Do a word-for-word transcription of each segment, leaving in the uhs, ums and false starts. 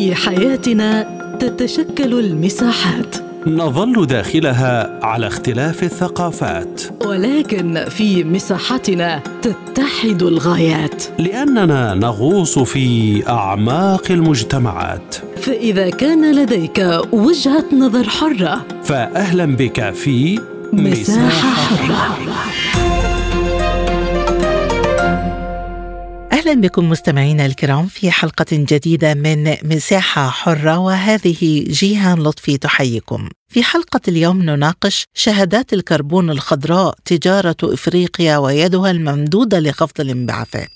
في حياتنا تتشكل المساحات، نظل داخلها على اختلاف الثقافات، ولكن في مساحتنا تتحد الغايات، لأننا نغوص في أعماق المجتمعات. فإذا كان لديك وجهة نظر حرة، فأهلا بك في مساحة حرة. أهلا بكم مستمعينا الكرام في حلقة جديدة من مساحة حرة، وهذه جيهان لطفي تحييكم. في حلقة اليوم نناقش شهادات الكربون الخضراء، تجارة إفريقيا ويدها الممدودة لخفض الانبعاثات.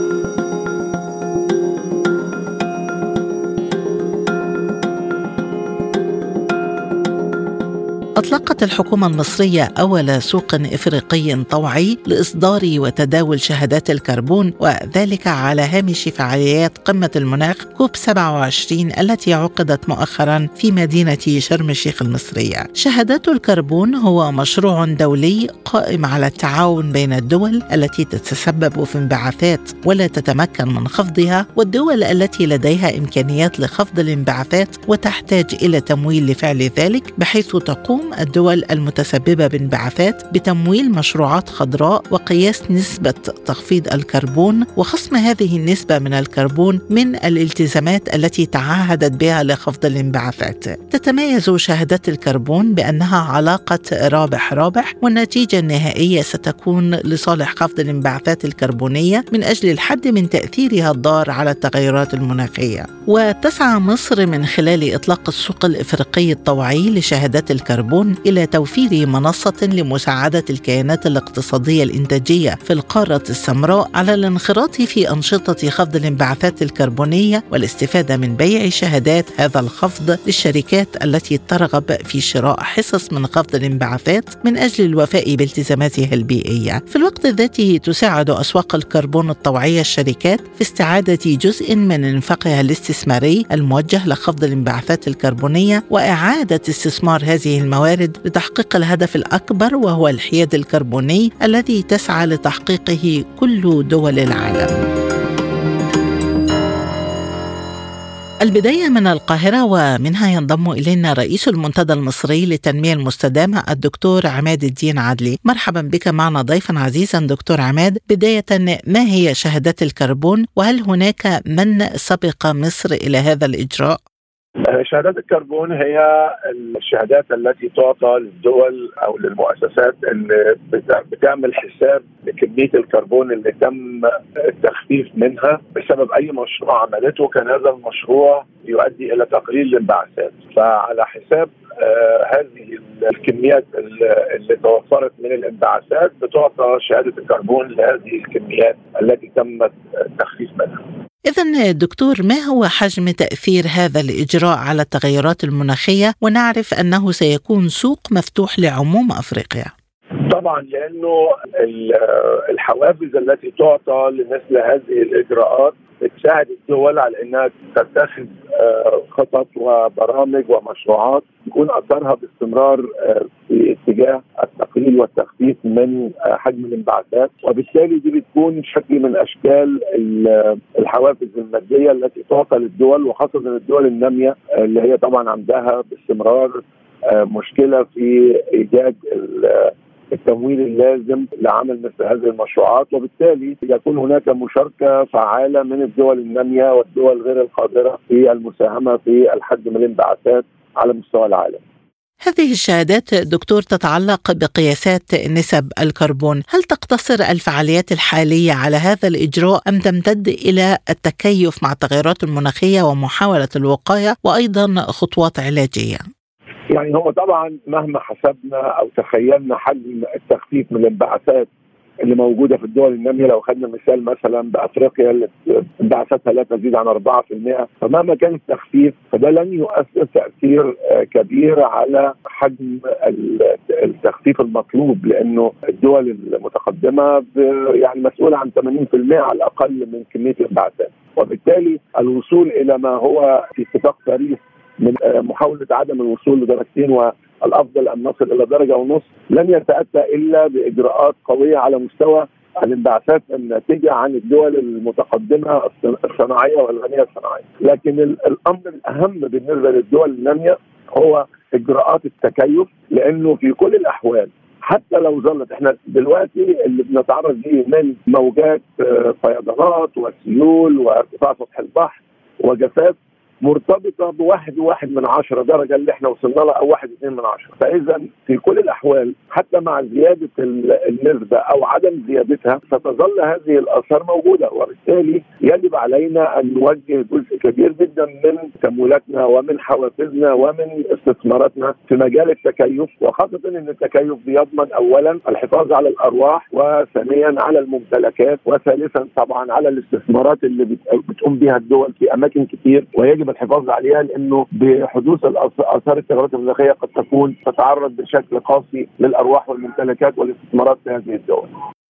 أطلقت الحكومة المصرية أول سوق إفريقي طوعي لإصدار وتداول شهادات الكربون، وذلك على هامش فعاليات قمة المناخ كوب سبعة وعشرين التي عقدت مؤخرا في مدينة شرم الشيخ المصرية. شهادات الكربون هو مشروع دولي قائم على التعاون بين الدول التي تتسبب في انبعاثات ولا تتمكن من خفضها، والدول التي لديها إمكانيات لخفض الانبعاثات وتحتاج إلى تمويل لفعل ذلك، بحيث تقوم الدول المتسببة بانبعاثات بتمويل مشروعات خضراء وقياس نسبة تخفيض الكربون وخصم هذه النسبة من الكربون من الالتزامات التي تعهدت بها لخفض الانبعاثات. تتميز شهادات الكربون بأنها علاقة رابح رابح، والنتيجة النهائية ستكون لصالح خفض الانبعاثات الكربونية من أجل الحد من تأثيرها الضار على التغيرات المناخية. وتسعى مصر من خلال إطلاق السوق الإفريقي الطوعي لشهادات الكربون إلى توفير منصة لمساعدة الكيانات الاقتصادية الإنتاجية في القارة السمراء على الانخراط في أنشطة خفض الانبعاثات الكربونية والاستفادة من بيع شهادات هذا الخفض للشركات التي ترغب في شراء حصص من خفض الانبعاثات من أجل الوفاء بالتزاماتها البيئية. في الوقت ذاته تساعد أسواق الكربون الطوعية الشركات في استعادة جزء من انفاقها الاستثماري الموجه لخفض الانبعاثات الكربونية وإعادة استثمار هذه الموارد لتحقيق الهدف الأكبر، وهو الحياد الكربوني الذي تسعى لتحقيقه كل دول العالم. البداية من القاهرة، ومنها ينضم إلينا رئيس المنتدى المصري للتنمية المستدامة الدكتور عماد الدين عدلي. مرحبا بك معنا ضيفا عزيزا دكتور عماد. بداية، ما هي شهادات الكربون، وهل هناك من سبق مصر إلى هذا الإجراء؟ شهادات الكربون هي الشهادات التي تعطى للدول أو للمؤسسات اللي بتعمل حساب لكمية الكربون اللي تم التخفيف منها بسبب أي مشروع عملته، كان هذا المشروع يؤدي إلى تقليل الانبعاثات. فعلى حساب آه هذه الكميات اللي توفرت من الانبعاثات بتعطى شهادة الكربون لهذه الكميات التي تم التخفيف منها. إذن دكتور، ما هو حجم تأثير هذا الإجراء على التغيرات المناخية؟ ونعرف أنه سيكون سوق مفتوح لعموم أفريقيا. طبعا، لأنه الحوافز التي تعطى لمثل هذه الإجراءات بتساعد الدول على أنها تتخذ خطط وبرامج ومشروعات يكون أثرها باستمرار في اتجاه التقليل والتخفيف من حجم الانبعاثات، وبالتالي دي بتكون شكل من أشكال الحوافز المادية التي تعطى للدول، وخاصة الدول النامية اللي هي طبعا عندها باستمرار مشكلة في إيجاد التمويل اللازم لعمل مثل هذه المشروعات، وبالتالي يكون هناك مشاركة فعالة من الدول النامية والدول غير القادرة في المساهمة في الحد من الانبعاثات على مستوى العالم. هذه الشهادات دكتور تتعلق بقياسات نسب الكربون، هل تقتصر الفعاليات الحالية على هذا الإجراء أم تمتد إلى التكيف مع التغيرات المناخية ومحاولة الوقاية وأيضا خطوات علاجية؟ يعني هو طبعا مهما حسبنا أو تخيلنا حجم التخفيف من الانبعاثات اللي موجودة في الدول النامية، لو خدنا مثال مثلا بأفريقيا اللي انبعاثاتها لا تزيد عن أربعة بالمئة، فمهما كان التخفيف فده لن يؤثر تأثير كبير على حجم التخفيف المطلوب، لأنه الدول المتقدمة يعني مسؤولة عن ثمانين بالمئة على الأقل من كمية الانبعاثات، وبالتالي الوصول إلى ما هو في اتفاق باريس من محاولة عدم الوصول لدرجتين والأفضل أن نصل إلى درجة ونص لن يتأتى إلا بإجراءات قوية على مستوى الانبعاثات الناتجه عن الدول المتقدمه الصناعيه والغنيه الصناعيه، لكن الامر الاهم بالنسبه للدول الناميه هو اجراءات التكيف، لانه في كل الاحوال حتى لو ظلت احنا دلوقتي اللي بنتعرض ليه من موجات فيضانات وسيول وارتفاع سطح البحر وجفاف مرتبطه بواحد وواحد من عشرة درجه اللي احنا وصلنا لها او واحد اثنين من عشرة، فاذا في كل الاحوال حتى مع زياده النسبه او عدم زيادتها ستظل هذه الاثار موجوده، وبالتالي يجب علينا ان نوجه جزء كبير جدا من تمويلاتنا ومن حوافزنا ومن استثماراتنا في مجال التكيف، وخاصه ان التكيف بيضمن اولا الحفاظ على الارواح، وثانيا على الممتلكات، وثالثا طبعا على الاستثمارات اللي بتقوم بها الدول في اماكن كتير ويجب الحفاظ عليها، لانه بحدوث اثار التغيرات المناخيه قد تكون تتعرض بشكل قاسي للارواح والممتلكات والاستثمارات في هذه الدول.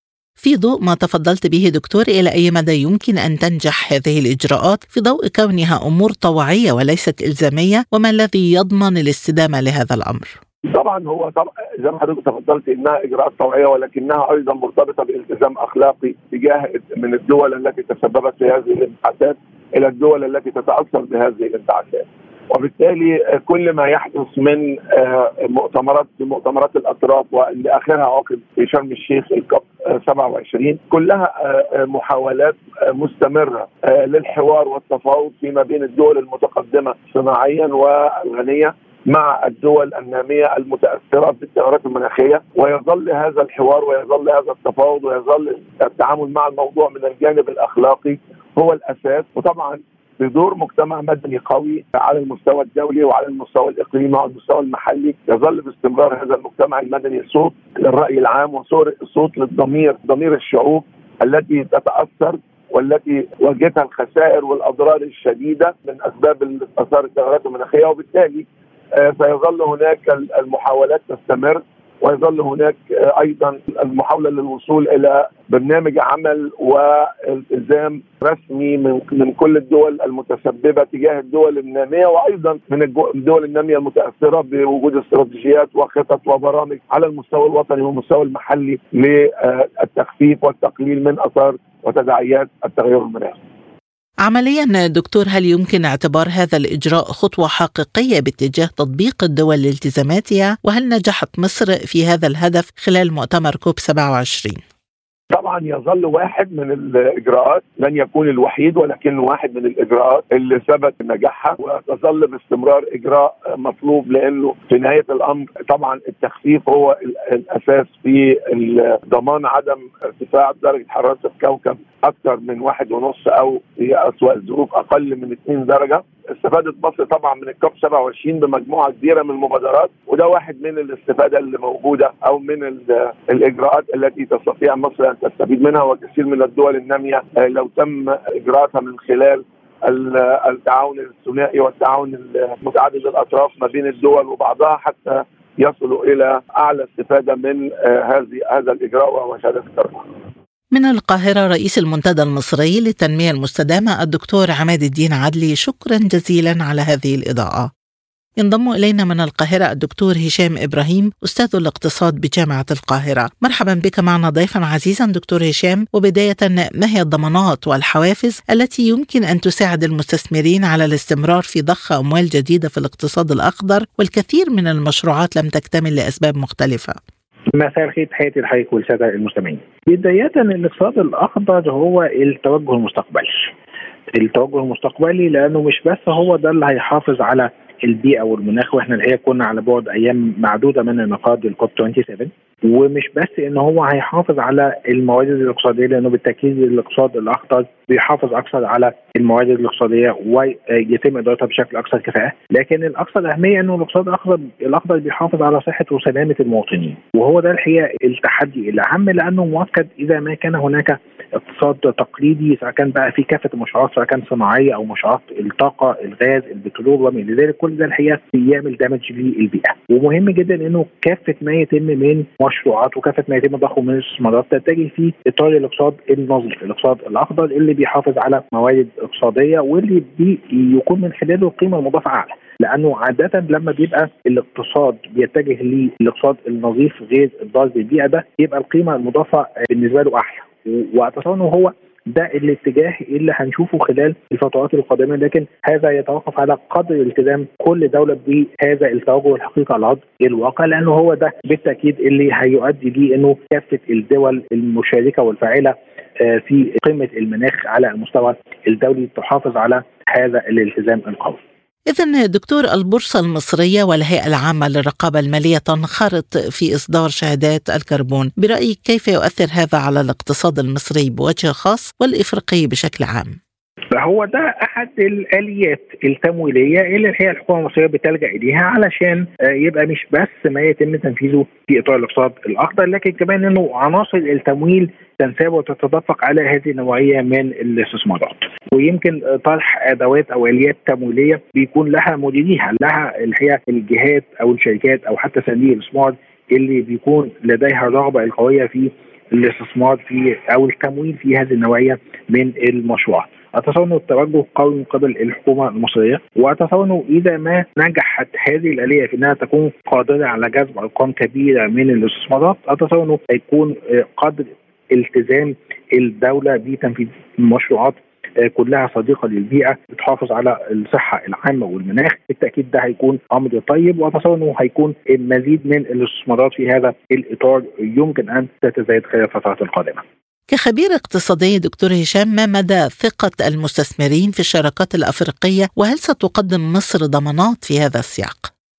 في ضوء ما تفضلت به دكتور، إلى أي مدى يمكن أن تنجح هذه الإجراءات في ضوء كونها أمور طوعية وليست إلزامية، وما الذي يضمن الاستدامة لهذا الأمر؟ طبعا هو طبعا زي ما حضرتك تفضلت انها اجراءات طوعيه، ولكنها ايضا مرتبطه بالالتزام اخلاقي تجاه من الدول التي تسببت في هذه الانبعاثات الى الدول التي تتاثر بهذه الانبعاثات، وبالتالي كل ما يحدث من مؤتمرات مؤتمرات الاطراف واللي اخرها عقد في شرم الشيخ الكوب سبعة وعشرين كلها محاولات مستمره للحوار والتفاوض فيما بين الدول المتقدمه صناعيا والغنيه مع الدول النامية المتأثرة بالتغيرات المناخية، ويظل هذا الحوار ويظل هذا التفاوض ويظل التعامل مع الموضوع من الجانب الأخلاقي هو الأساس، وطبعا بدور مجتمع مدني قوي على المستوى الدولي وعلى المستوى الإقليمي وعلى المستوى المحلي، يظل باستمرار هذا المجتمع المدني صوت للرأي العام وصوت للضمير ضمير الشعوب التي تتأثر والتي واجهتها الخسائر والأضرار الشديدة من أسباب آثار التغيرات المناخية، وبالتالي سيظل هناك المحاولات تستمر، ويظل هناك أيضا المحاولة للوصول إلى برنامج عمل والتزام رسمي من من كل الدول المتسببة تجاه الدول النامية، وأيضا من الدول النامية المتأثرة بوجود استراتيجيات وخطط وبرامج على المستوى الوطني والمستوى المحلي للتخفيف والتقليل من آثار وتداعيات التغير المناخي. عمليا دكتور، هل يمكن اعتبار هذا الإجراء خطوة حقيقية باتجاه تطبيق الدول لالتزاماتها؟ وهل نجحت مصر في هذا الهدف خلال مؤتمر كوب سبعة وعشرين؟ طبعا يظل واحد من الإجراءات، لن يكون الوحيد ولكن واحد من الإجراءات اللي ثبت نجاحها، وتظل باستمرار إجراء مطلوب، لأنه في نهاية الأمر طبعا التخفيف هو الأساس في ضمان عدم ارتفاع درجة حرارة الكوكب أكثر من واحد ونص أو في أسوأ الظروف أقل من اثنين درجة. استفادت مصر طبعا من الكوب سبعة وعشرين بمجموعة كبيرة من المبادرات، وده واحد من الاستفادة اللي موجودة أو من الإجراءات التي تستطيع مصر أن تستفيد منها، وكثير من الدول النامية لو تم إجراءاتها من خلال التعاون الثنائي والتعاون المتعدد الأطراف ما بين الدول وبعضها حتى يصلوا إلى أعلى استفادة من هذه هذا الإجراء وهو شهادة الكربون. من القاهرة رئيس المنتدى المصري للتنمية المستدامة الدكتور عماد الدين عدلي، شكرا جزيلا على هذه الإضاءة. ينضم إلينا من القاهرة الدكتور هشام إبراهيم، أستاذ الاقتصاد بجامعة القاهرة. مرحبا بك معنا ضيفا عزيزا دكتور هشام. وبداية، ما هي الضمانات والحوافز التي يمكن أن تساعد المستثمرين على الاستمرار في ضخ أموال جديدة في الاقتصاد الأخضر، والكثير من المشروعات لم تكتمل لأسباب مختلفة؟ مساء الخير، تحياتي لحضرتك والساده المستمعين. بدايه، الاقتصاد الاخضر هو التوجه المستقبلي. التوجه المستقبلي لانه مش بس هو ده اللي هيحافظ على البيئه والمناخ، واحنا الحقيقه كنا على بعد ايام معدوده من انعقاد الكوب سبعة وعشرين، ومش بس ان هو هيحافظ على الموارد الاقتصاديه، لانه بالتاكيد الاقتصاد الاخضر بيحافظ اكثر على الموارد الاقتصاديه ويتم ادارتها بشكل اكثر كفاءه، لكن الاكثر اهميه انه الاقتصاد الاخضر الاخضر بيحافظ على صحه وسلامه المواطنين، وهو ده الحقيقه التحدي الاهم، لانه مؤكد اذا ما كان هناك اقتصاد تقليدي سواء كان بقى في كافه المشروعات سواء كان صناعيه او مشروعات الطاقه، الغاز، البترول وما الى ذلك، كل ده الحقيقه بيعمل دامج للبيئه، ومهم جدا انه كافه ما يتم من مشروعات وكافه ما يتم ضخه من الاستثمارات تتجه في اطار الاقتصاد النظيف، الاقتصاد الاخضر اللي بيحافظ على موارد اقتصاديه واللي بيكون من خلاله القيمه المضافه اعلى، لانه عاده لما بيبقى الاقتصاد بيتجه للاقتصاد النظيف غير الضار بالبيئه ده يبقى القيمه المضافه بالنسبه له احلى، واتصور انه هو ده الاتجاه اللي هنشوفه خلال الفترات القادمه، لكن هذا يتوقف على قدر التزام كل دوله بهذا التوجه الحقيقي على ارض الواقع، لانه هو ده بالتاكيد اللي هيؤدي ليه انه كافه الدول المشاركه والفاعله في قمه المناخ على المستوى الدولي تحافظ على هذا الالتزام القوي. إذن دكتور، البورصة المصرية والهيئة العامة للرقابة المالية تنخرط في إصدار شهادات الكربون، برأيك كيف يؤثر هذا على الاقتصاد المصري بوجه خاص والإفريقي بشكل عام؟ هو ده أحد الآليات التمويلية اللي الحقيقة الحكومة المصرية بتلجأ إليها علشان يبقى مش بس ما يتم تنفيذه في إطار الاقتصاد الأخضر، لكن كمان إنه عناصر التمويل تنساب وتتدفق على هذه النوعية من الاستثمارات. ويمكن طرح أدوات أو آليات تمويلية بيكون لها مديريها، لها الحقيقة الجهات أو الشركات أو حتى صناديق الاستثمار اللي بيكون لديها الرغبة القوية في الاستثمار في أو التمويل في هذه النوعية من المشروعات. أتصور أنه التوجه قوي من قبل الحكومة المصرية، وأتصور أنه إذا ما نجحت هذه الآلية في أنها تكون قادرة على جذب أرقام كبيرة من الاستثمارات، أتصور أنه هيكون قدر التزام الدولة بتنفيذ مشروعات كلها صديقة للبيئة بتحافظ على الصحة العامة والمناخ. بالتأكيد ده هيكون أمر طيب، وأتصور أنه هيكون مزيد من الاستثمارات في هذا الإطار يمكن أن تتزايد خلال الفترات القادمة. كخبير اقتصادي دكتور هشام، ما مدى ثقة المستثمرين في الشراكات الأفريقية، وهل ستقدم مصر ضمانات في هذا السياق؟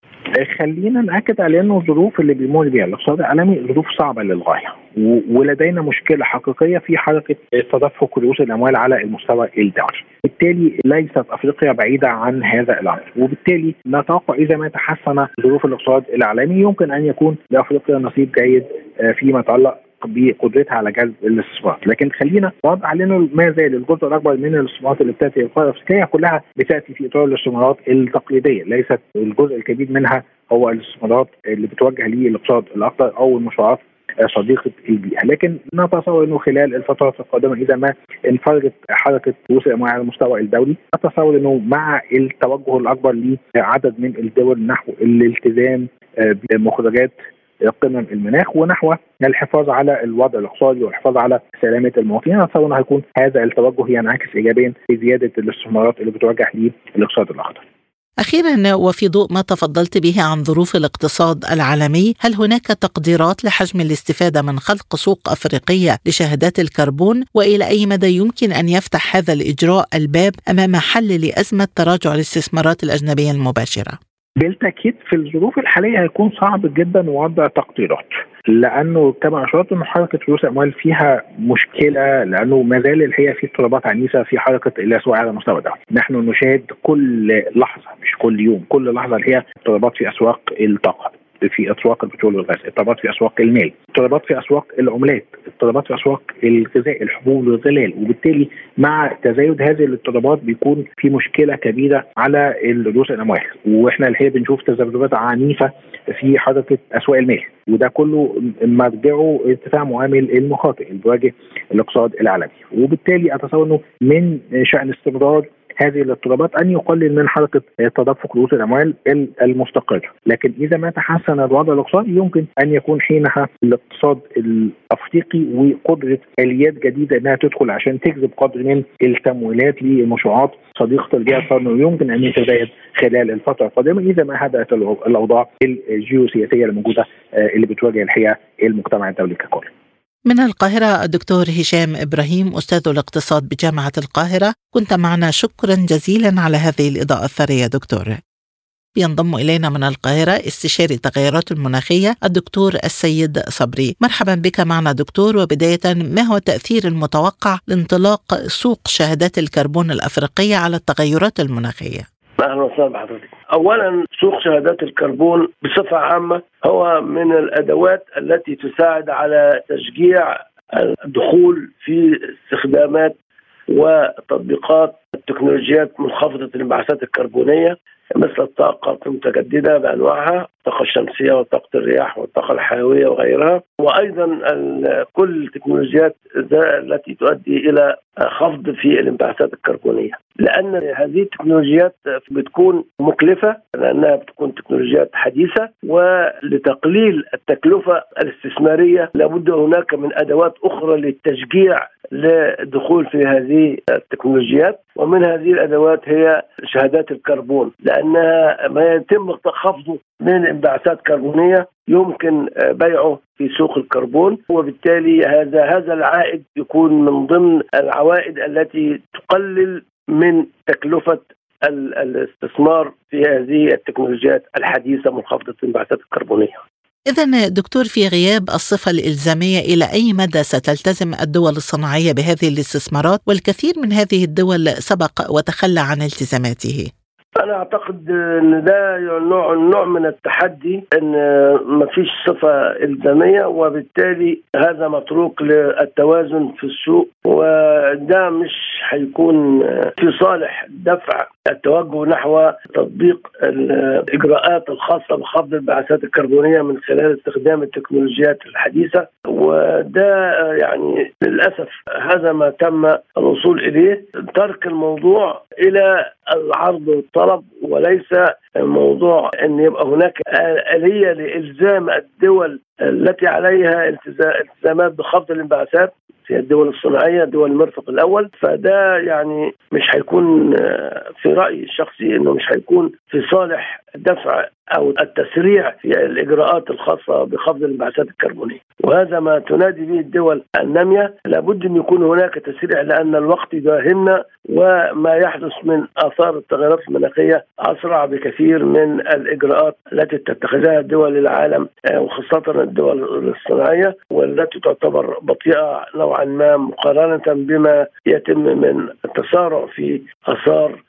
خلينا نأكد على أنه الظروف اللي بيمر بها الاقتصاد العالمي ظروف صعبة للغاية، ولدينا مشكلة حقيقية في حركة تدفق رؤوس الأموال على المستوى الدولي. بالتالي ليست أفريقيا بعيدة عن هذا الأمر، وبالتالي نتوقع إذا ما تحسن ظروف الاقتصاد العالمي يمكن أن يكون لأفريقيا نصيب جيد فيما يتعلق بقدرتها على جذب الاستثمارات. لكن خلينا نوضح علينا ما زال الجزء الاكبر من الاستثمارات اللي بتاتي القاره الافريقيه كلها بتاتي في اطار الاستثمارات التقليديه، ليست الجزء الكبير منها هو الاستثمارات اللي بتوجه للاقتصاد الاخضر او المشروعات صديقه البيئه. لكن نتصور انه خلال الفترات القادمه اذا ما انفرجت حركه رؤوس الاموال على المستوى الدولي، نتصور انه مع التوجه الاكبر لعدد من الدول نحو الالتزام بمخرجات قمم المناخ ونحو الحفاظ على الوضع الاقتصادي والحفاظ على سلامه المواطنين، اتصور انه هيكون هذا التوجه ينعكس ايجابيا في زياده الاستثمارات اللي بتوجه للاقتصاد الاخضر. أخيرا، وفي ضوء ما تفضلت به عن ظروف الاقتصاد العالمي، هل هناك تقديرات لحجم الاستفادة من خلق سوق أفريقية لشهادات الكربون؟ وإلى أي مدى يمكن أن يفتح هذا الإجراء الباب أمام حل لأزمة تراجع الاستثمارات الأجنبية المباشرة؟ بالتأكيد في الظروف الحالية هيكون صعب جدا وضع تقديرات، لأنه كما أشرت أن حركة رؤوس الأموال فيها مشكلة، لأنه ما زال الحقيقة في اضطرابات عنيفة في حركة الأسواق على مستوى الدولي. نحن نشاهد كل لحظة مش كل يوم، كل لحظة هي اضطرابات في أسواق الطاقة، في اسواق البترول والغاز، اضطرابات في اسواق المال، اضطرابات في اسواق العملات، اضطرابات في اسواق الغذاء الحبوب والغلال. وبالتالي مع تزايد هذه الاضطرابات بيكون في مشكله كبيره على رؤوس الاموال، واحنا الحقيقه بنشوف تذبذبات عنيفه في حركه اسواق المال، وده كله مرجعه ارتفاع معامل المخاطر اللي بيواجه الاقتصاد العالمي. وبالتالي اتصور انه من شان استمرار هذه الاضطرابات أن يقلل من حركة تدفق رؤوس الأموال المستقرة. لكن إذا ما تحسن الوضع الاقتصادي يمكن أن يكون حينها الاقتصاد الأفريقي وقدرة آليات جديدة أنها تدخل عشان تجذب قدر من التمويلات لمشروعات صديقة البيئة، فإنه يمكن أن يتزايد خلال الفترة القادمة إذا ما هدأت الأوضاع الجيوسياسية الموجودة اللي بتواجه الحقيقة المجتمع الدولي ككل. من القاهرة الدكتور هشام إبراهيم، أستاذ الاقتصاد بجامعة القاهرة، كنت معنا، شكرا جزيلا على هذه الإضاءة الثرية دكتور. ينضم إلينا من القاهرة استشاري التغيرات المناخية الدكتور السيد صبري. مرحبا بك معنا دكتور، وبداية ما هو التأثير المتوقع لانطلاق سوق شهادات الكربون الأفريقية على التغيرات المناخية؟ أهلا وسهلا بحضرتك. أولا سوق شهادات الكربون بصفة عامة هو من الأدوات التي تساعد على تشجيع الدخول في استخدامات وتطبيقات التكنولوجيات منخفضة الانبعاثات الكربونية مثل الطاقة المتجددة بأنواعها، الطاقة الشمسية وطاقة الرياح والطاقة الحيوية وغيرها، وأيضا كل التكنولوجيات التي تؤدي إلى خفض في الانبعاثات الكربونية. لأن هذه التكنولوجيات بتكون مكلفة لأنها بتكون تكنولوجيات حديثة، ولتقليل التكلفة الاستثمارية لابد هناك من أدوات أخرى للتشجيع للدخول في هذه التكنولوجيات، ومن هذه الأدوات هي شهادات الكربون، لأنها ما يتم خفضه من انبعاثات كربونية يمكن بيعه في سوق الكربون، وبالتالي هذا هذا العائد يكون من ضمن العوائد التي تقلل من تكلفة الاستثمار في هذه التكنولوجيات الحديثة منخفضة الانبعاثات الكربونية. إذن دكتور، في غياب الصفة الإلزامية، إلى أي مدى ستلتزم الدول الصناعية بهذه الاستثمارات؟ والكثير من هذه الدول سبق وتخلى عن التزاماته. أنا أعتقد أن ده نوع نوع من التحدي، أن ما فيش صفة إلزامية، وبالتالي هذا متروك للتوازن في السوق، وده مش هيكون في صالح دفع التوجه نحو تطبيق الإجراءات الخاصة بخفض الانبعاثات الكربونية من خلال استخدام التكنولوجيات الحديثة. وده يعني للأسف هذا ما تم الوصول إليه، ترك الموضوع إلى العرض والطلب، وليس الموضوع أن يبقى هناك آلية لإلزام الدول التي عليها التزامات بخفض الانبعاثات في الدول الصناعية، دول المرفق الأول. فده يعني مش هيكون في رأيي الشخصي أنه مش هيكون في صالح دفع أو التسريع في الإجراءات الخاصة بخفض الانبعاثات الكربونية، وهذا ما تنادي به الدول النامية. لابد أن يكون هناك تسريع لأن الوقت يداهمنا، وما يحدث من آثار التغيرات المناخية أسرع بكثير من الإجراءات التي تتخذها دول العالم وخاصة الدول الصناعية، والتي تعتبر بطيئة نوعا ما مقارنة بما يتم من التسارع في آثار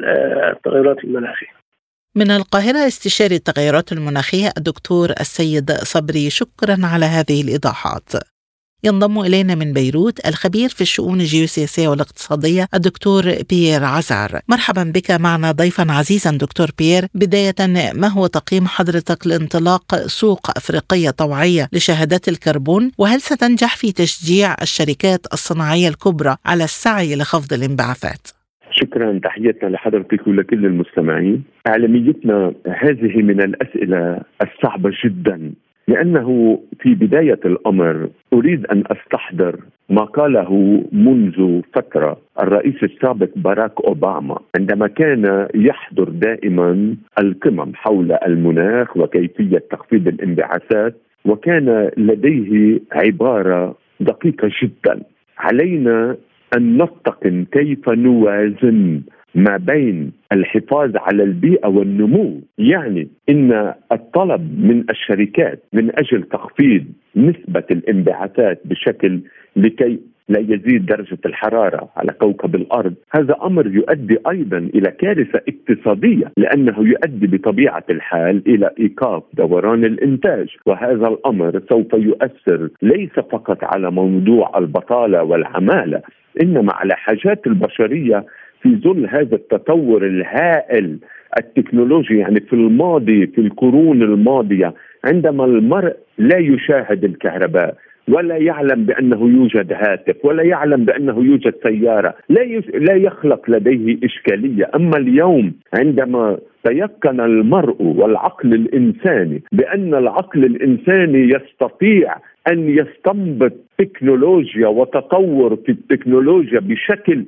التغيرات المناخية. من القاهرة استشاري التغيرات المناخية الدكتور السيد صبري، شكرا على هذه الإيضاحات. ينضم إلينا من بيروت الخبير في الشؤون الجيوسياسية والاقتصادية الدكتور بيير عزار. مرحبا بك معنا ضيفا عزيزا دكتور بيير. بداية، ما هو تقييم حضرتك لانطلاق سوق أفريقية طوعية لشهادات الكربون، وهل ستنجح في تشجيع الشركات الصناعية الكبرى على السعي لخفض الانبعاثات؟ شكرا، تحياتنا لحضرتك ولكل المستمعين. أعلاميتنا هذه من الأسئلة الصعبة جدا، لأنه في بداية الأمر أريد أن أستحضر ما قاله منذ فترة الرئيس السابق باراك أوباما عندما كان يحضر دائما القمم حول المناخ وكيفية تخفيض الانبعاثات، وكان لديه عبارة دقيقة جدا: علينا أن نتقن كيف نوازن ما بين الحفاظ على البيئة والنمو. يعني إن الطلب من الشركات من أجل تخفيض نسبة الانبعاثات بشكل لكي لا يزيد درجة الحرارة على كوكب الأرض، هذا أمر يؤدي أيضا إلى كارثة اقتصادية، لأنه يؤدي بطبيعة الحال إلى إيقاف دوران الإنتاج، وهذا الأمر سوف يؤثر ليس فقط على موضوع البطالة والعمالة، إنما على حاجات البشرية في ظل هذا التطور الهائل التكنولوجي. يعني في الماضي في القرون الماضية عندما المرء لا يشاهد الكهرباء ولا يعلم بأنه يوجد هاتف ولا يعلم بأنه يوجد سيارة لا لا يخلق لديه إشكالية. أما اليوم عندما تيقن المرء والعقل الإنساني بأن العقل الإنساني يستطيع أن يستنبط تكنولوجيا وتطور في التكنولوجيا بشكل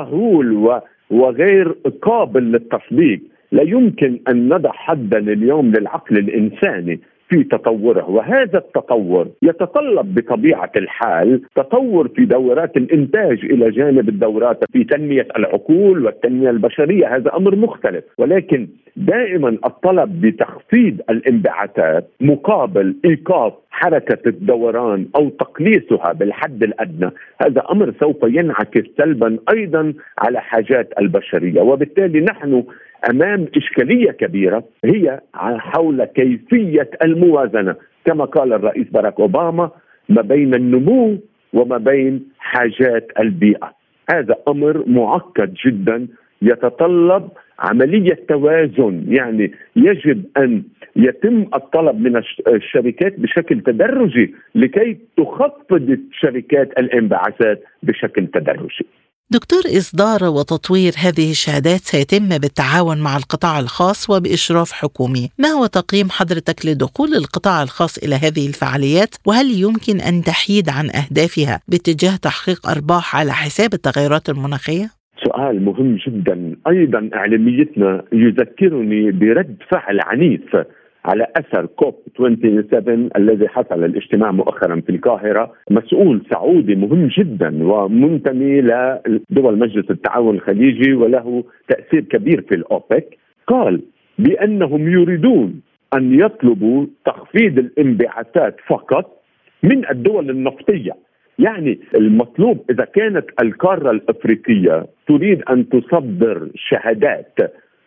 مهول وغير قابل للتصديق، لا يمكن أن نضع حدا اليوم للعقل الإنساني في تطوره. وهذا التطور يتطلب بطبيعة الحال تطور في دورات الإنتاج إلى جانب الدورات في تنمية العقول والتنمية البشرية، هذا أمر مختلف. ولكن دائما الطلب بتخفيض الانبعاثات مقابل إيقاف حركة الدوران أو تقليصها بالحد الأدنى، هذا أمر سوف ينعكس سلبا أيضا على حاجات البشرية. وبالتالي نحن أمام إشكالية كبيرة هي حول كيفية الموازنة كما قال الرئيس باراك أوباما ما بين النمو وما بين حاجات البيئة. هذا أمر معقد جدا يتطلب عملية توازن، يعني يجب أن يتم الطلب من الشركات بشكل تدرجي لكي تخفض الشركات الانبعاثات بشكل تدرجي. دكتور، إصدار وتطوير هذه الشهادات سيتم بالتعاون مع القطاع الخاص وبإشراف حكومي. ما هو تقييم حضرتك لدخول القطاع الخاص إلى هذه الفعاليات؟ وهل يمكن أن تحيد عن أهدافها باتجاه تحقيق أرباح على حساب التغيرات المناخية؟ سؤال مهم جدا. أيضا إعلاميتنا يذكرني برد فعل عنيف على أثر كوب سبعة وعشرين الذي حصل الاجتماع مؤخرا في القاهرة. مسؤول سعودي مهم جدا ومنتمي لدول مجلس التعاون الخليجي وله تأثير كبير في الأوبك، قال بأنهم يريدون أن يطلبوا تخفيض الانبعاثات فقط من الدول النفطية. يعني المطلوب إذا كانت القارة الأفريقية تريد أن تصدر شهادات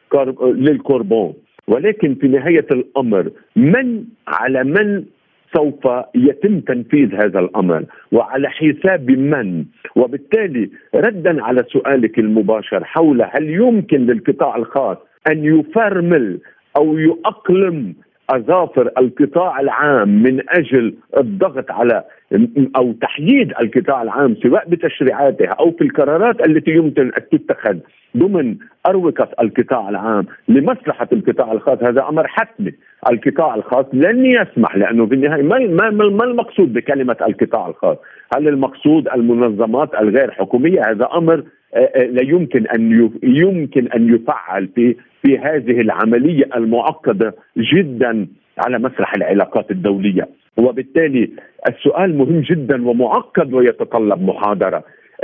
للكربون، ولكن في نهاية الأمر من على من سوف يتم تنفيذ هذا الأمر وعلى حساب من؟ وبالتالي ردا على سؤالك المباشر حول هل يمكن للقطاع الخاص أن يفرمل أو يؤقلم أظافر القطاع العام من أجل الضغط على أو تحييد القطاع العام سواء بتشريعاته أو في القرارات التي يمكن أن تتخذ ضمن أروقة القطاع العام لمصلحة القطاع الخاص، هذا أمر حتمي. القطاع الخاص لن يسمح، لأنه في النهاية ما, ما المقصود بكلمة القطاع الخاص؟ هل المقصود المنظمات الغير حكومية؟ هذا أمر لا يمكن أن يمكن أن يفعل في في هذه العملية المعقدة جدا على مسرح العلاقات الدولية. وبالتالي السؤال مهم جدا ومعقد ويتطلب محاضرة.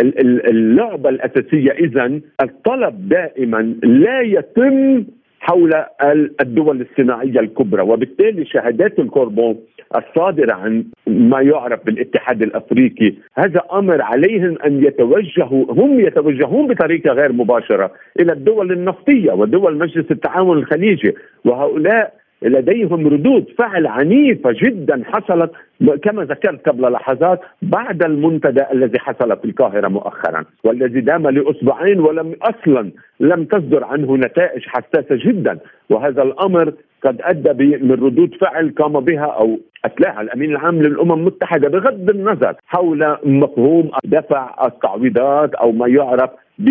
اللعبة الأساسية إذن الطلب دائما لا يتم حول الدول الصناعية الكبرى، وبالتالي شهادات الكربون الصادرة عن ما يعرف بالاتحاد الأفريقي هذا أمر عليهم أن يتوجهوا، هم يتوجهون بطريقة غير مباشرة إلى الدول النفطية ودول مجلس التعاون الخليجي، وهؤلاء لديهم ردود فعل عنيفة جدا حصلت كما ذكرت قبل لحظات بعد المنتدى الذي حصل في القاهرة مؤخرا والذي دام لأسبوعين ولم أصلا لم تصدر عنه نتائج حساسة جدا. وهذا الأمر قد أدى من ردود فعل قام بها أو أتلاها الأمين العام للأمم المتحدة بغض النظر حول مفهوم دفع التعويضات أو ما يعرف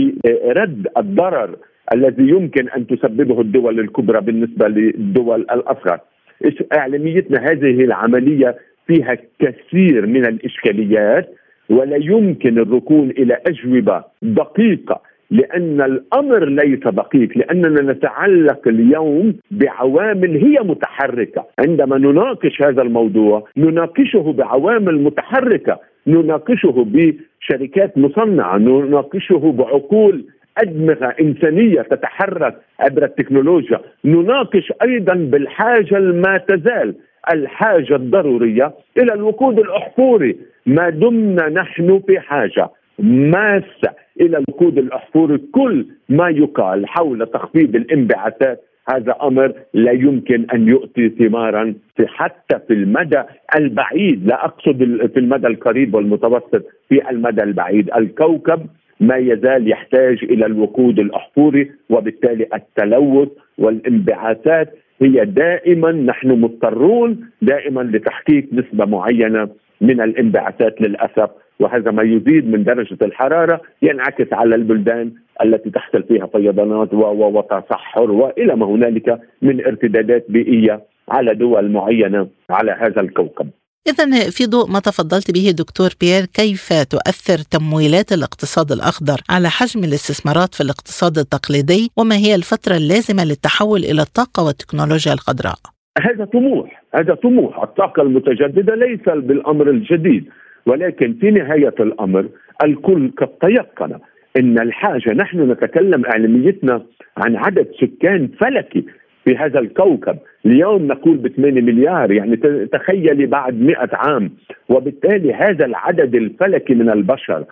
برد الضرر الذي يمكن أن تسببه الدول الكبرى بالنسبة للدول الأصغر. إعلاميتنا هذه العملية فيها كثير من الإشكاليات ولا يمكن الركون إلى أجوبة دقيقة، لأن الأمر ليس دقيق، لأننا نتعلق اليوم بعوامل هي متحركة. عندما نناقش هذا الموضوع نناقشه بعوامل متحركة، نناقشه بشركات مصنعة، نناقشه بعقول أدمغة إنسانية تتحرك عبر التكنولوجيا، نناقش أيضا بالحاجة ما تزال الحاجة الضرورية إلى الوقود الأحفوري. ما دمنا نحن في حاجة ماسة إلى الوقود الأحفوري، كل ما يقال حول تخفيض الانبعاثات هذا أمر لا يمكن أن يؤتي ثمارا في حتى في المدى البعيد، لا أقصد في المدى القريب والمتوسط، في المدى البعيد. الكوكب ما يزال يحتاج إلى الوقود الأحفوري، وبالتالي التلوث والانبعاثات هي دائما نحن مضطرون دائما لتحقيق نسبة معينة من الانبعاثات للأسف، وهذا ما يزيد من درجة الحرارة ينعكس على البلدان التي تحصل فيها فيضانات وتصحر وإلى ما هنالك من ارتدادات بيئية على دول معينة على هذا الكوكب. إذن في ضوء ما تفضلت به دكتور بيير، كيف تؤثر تمويلات الاقتصاد الأخضر على حجم الاستثمارات في الاقتصاد التقليدي، وما هي الفترة اللازمة للتحول إلى الطاقة والتكنولوجيا الخضراء؟ هذا طموح، هذا طموح. الطاقة المتجددة ليس بالأمر الجديد، ولكن في نهاية الأمر الكل قد تيقن إن الحاجة، نحن نتكلم إعلاميتنا عن عدد سكان فلكي في هذا الكوكب، اليوم نقول بثمانية مليار، يعني تخيلي بعد مئة عام، وبالتالي هذا العدد الفلكي من البشر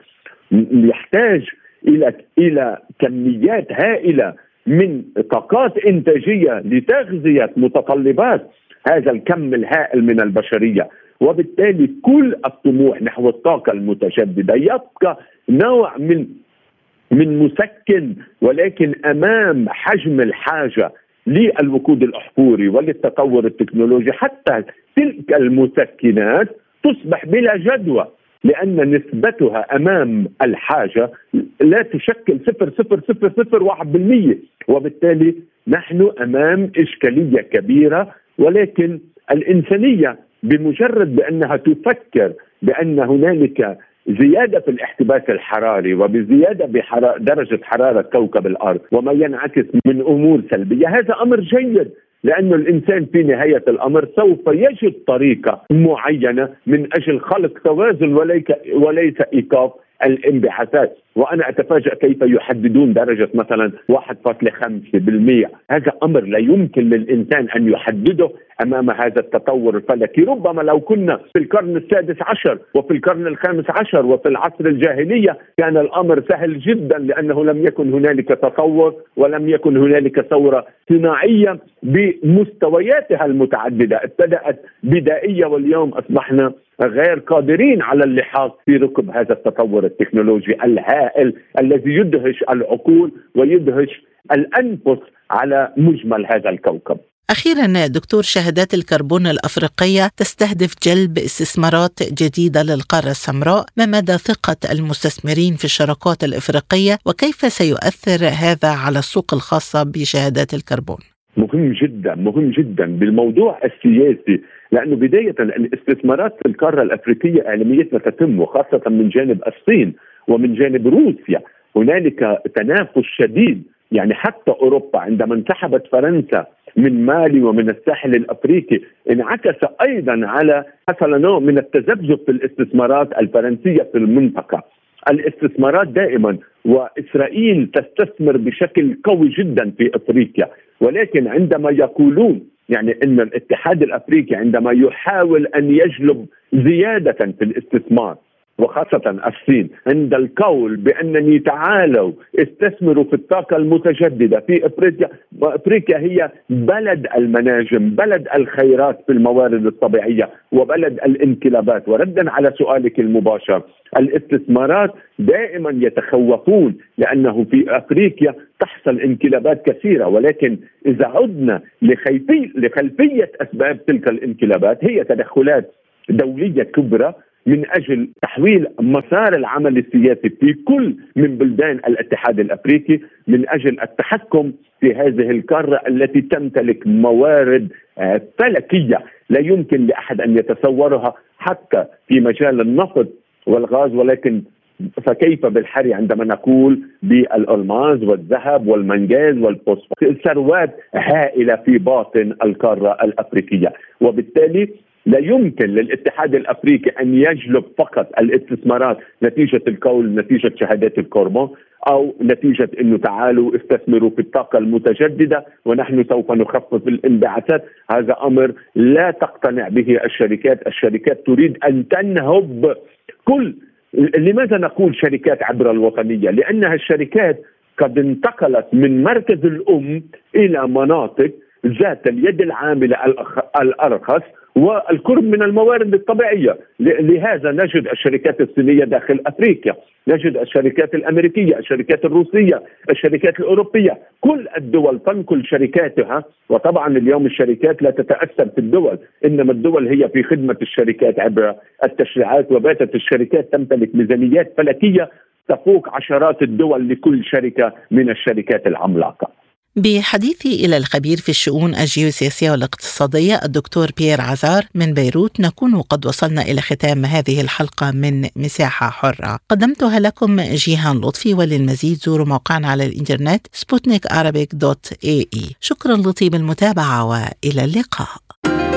يحتاج إلى إلى كميات هائلة من طاقات إنتاجية لتغذية متطلبات هذا الكم الهائل من البشرية. وبالتالي كل الطموح نحو الطاقة المتجددة يبقى نوع من من مسكن، ولكن أمام حجم الحاجة للوقود الأحفوري وللتطور التكنولوجي حتى تلك المسكنات تصبح بلا جدوى. لأن نسبتها أمام الحاجة لا تشكل صفر صفر صفر صفر واحد بالمية، وبالتالي نحن أمام إشكالية كبيرة. ولكن الإنسانية بمجرد بأنها تفكر بأن هنالك زيادة في الاحتباس الحراري وبزيادة بدرجة حرارة كوكب الأرض وما ينعكس من أمور سلبية، هذا أمر جيد، لأن الإنسان في نهاية الأمر سوف يجد طريقة معينة من أجل خلق توازن وليس إيقاف الانبعاثات. وأنا أتفاجأ كيف يحددون درجة مثلا واحد فاصلة خمسة بالمئة. هذا أمر لا يمكن للإنسان أن يحدده أمام هذا التطور الفلكي. ربما لو كنا في القرن السادس عشر وفي القرن الخامس عشر وفي العصر الجاهلية كان الأمر سهل جدا، لأنه لم يكن هنالك تطور ولم يكن هنالك ثورة صناعية بمستوياتها المتعددة. ابتدأت بدائية واليوم أصبحنا غير قادرين على اللحاق في ركب هذا التطور التكنولوجي الهائل الذي يدهش العقول ويدهش الأنفس على مجمل هذا الكوكب. أخيرا دكتور، شهادات الكربون الأفريقية تستهدف جلب استثمارات جديدة للقارة السمراء. ما مدى ثقة المستثمرين في الشراكات الأفريقية وكيف سيؤثر هذا على السوق الخاصة بشهادات الكربون؟ مهم جدا مهم جدا بالموضوع السياسي، لأنه بداية الاستثمارات في القارة الأفريقية إعلاميتنا تتم، وخاصة من جانب الصين ومن جانب روسيا. هنالك تنافس شديد، يعني حتى أوروبا عندما انسحبت فرنسا من مالي ومن الساحل الأفريقي انعكس أيضا على حصل نوع من التذبذب في الاستثمارات الفرنسية في المنطقة. الاستثمارات دائما، وإسرائيل تستثمر بشكل قوي جدا في أفريقيا، ولكن عندما يقولون يعني أن الاتحاد الأفريقي عندما يحاول أن يجلب زيادة في الاستثمار، وخاصة الصين عند القول بأنني تعالوا استثمروا في الطاقة المتجددة في أفريقيا، وأفريقيا هي بلد المناجم، بلد الخيرات في الموارد الطبيعية وبلد الانقلابات. وردا على سؤالك المباشر، الاستثمارات دائما يتخوفون لأنه في أفريقيا تحصل انقلابات كثيرة، ولكن إذا عدنا لخلفية, لخلفية أسباب تلك الانقلابات هي تدخلات دولية كبرى من أجل تحويل مسار العمل السياسي في كل من بلدان الاتحاد الأفريقي، من أجل التحكم في هذه القارة التي تمتلك موارد فلكية لا يمكن لأحد أن يتصورها حتى في مجال النفط والغاز، ولكن فكيف بالحري عندما نقول بالألماس والذهب والمنجاز والفوسفور، ثروات هائلة في باطن القارة الأفريقية. وبالتالي لا يمكن للاتحاد الأفريقي أن يجلب فقط الاستثمارات نتيجة القول نتيجة شهادات الكربون أو نتيجة أنه تعالوا استثمروا في الطاقة المتجددة ونحن سوف نخفف الانبعاثات. هذا أمر لا تقتنع به الشركات. الشركات تريد أن تنهب كل. لماذا نقول شركات عبر الوطنية؟ لأنها الشركات قد انتقلت من مركز الأم إلى مناطق ذات اليد العاملة الأرخص والقرب من الموارد الطبيعية. لهذا نجد الشركات الصينية داخل أفريقيا، نجد الشركات الأمريكية، الشركات الروسية، الشركات الأوروبية، كل الدول تنقل شركاتها. وطبعا اليوم الشركات لا تتأثر في الدول، إنما الدول هي في خدمة الشركات عبر التشريعات، وباتت الشركات تمتلك ميزانيات فلكية تفوق عشرات الدول لكل شركة من الشركات العملاقة. بحديثي إلى الخبير في الشؤون الجيوسياسية والاقتصادية الدكتور بيير عزار من بيروت، نكون قد وصلنا إلى ختام هذه الحلقة من مساحة حرة قدمتها لكم جيهان لطفي، وللمزيد زوروا موقعنا على الإنترنت سبوتنيك أرابيك دوت إيه إي. شكرا لطيب المتابعة وإلى اللقاء.